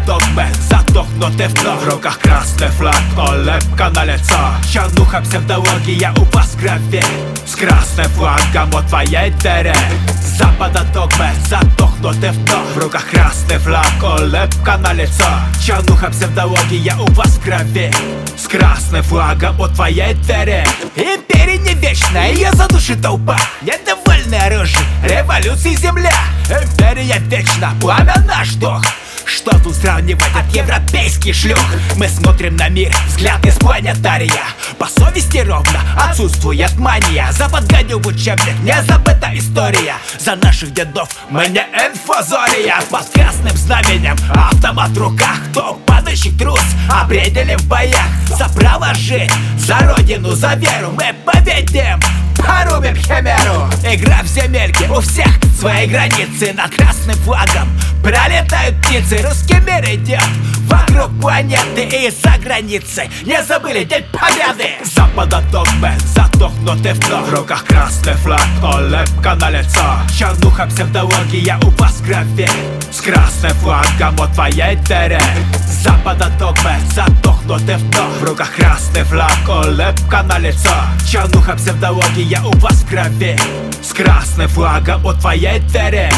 догмы, затухнуты вновь. В руках красный флаг, улыбка на лицо. Чернуха, псевдология у вас в крови. С красным флагом у твоей двери. С запада догмы, затухнуты вновь. В руках красный флаг, улыбка на лицо. Чернуха, псевдология у вас в крови. С красным флагом у твоей двери. Империя не вечная, ее задушит толпа. Недовольное оружие, революции земля. Империя вечна, пламя наш дух. Что тут сравнивать от европейских шлюх? Мы смотрим на мир, взгляд из планетария. По совести ровно отсутствует мания. Запад гоню в учебник, не забыта история. За наших дедов мы не инфозория. Под красным знаменем автомат в руках. Кто падающий трус определен в боях. За право жить, за родину, за веру мы победим. Порубим химеру. Игра в земельке, у всех свои границы. Над красным флагом пролетают птицы. Русский мир идет вокруг планеты и за границей. Не забыли День Победы. С запада догмы, затухнуты вновь. В руках красный флаг, улыбка на лицо. Чернуха, псевдология у вас в крови. С красным флагом у твоей двери. С запада догмы, затухнуты вновь. В руках красный флаг, улыбка на лицо. Чернуха, псевдология у вас в крови. С красным флагом у твоей двери.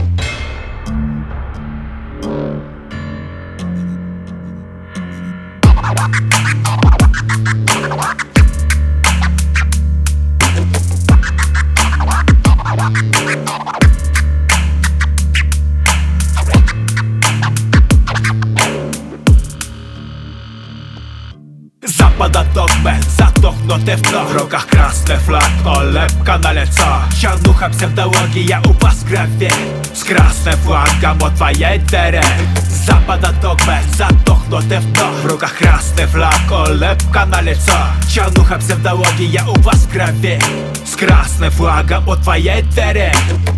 Запада догмы, затухнуты вновь. В руках красный флаг, улыбка на лицо. Чернуха, псевдология у вас в крови. С красным флагом у твоей двери. С запада догмы, затухнуты вновь. В руках красный флаг, улыбка на лицо. Чернуха, псевдология у вас в крови. С красным флагом у твоей двери.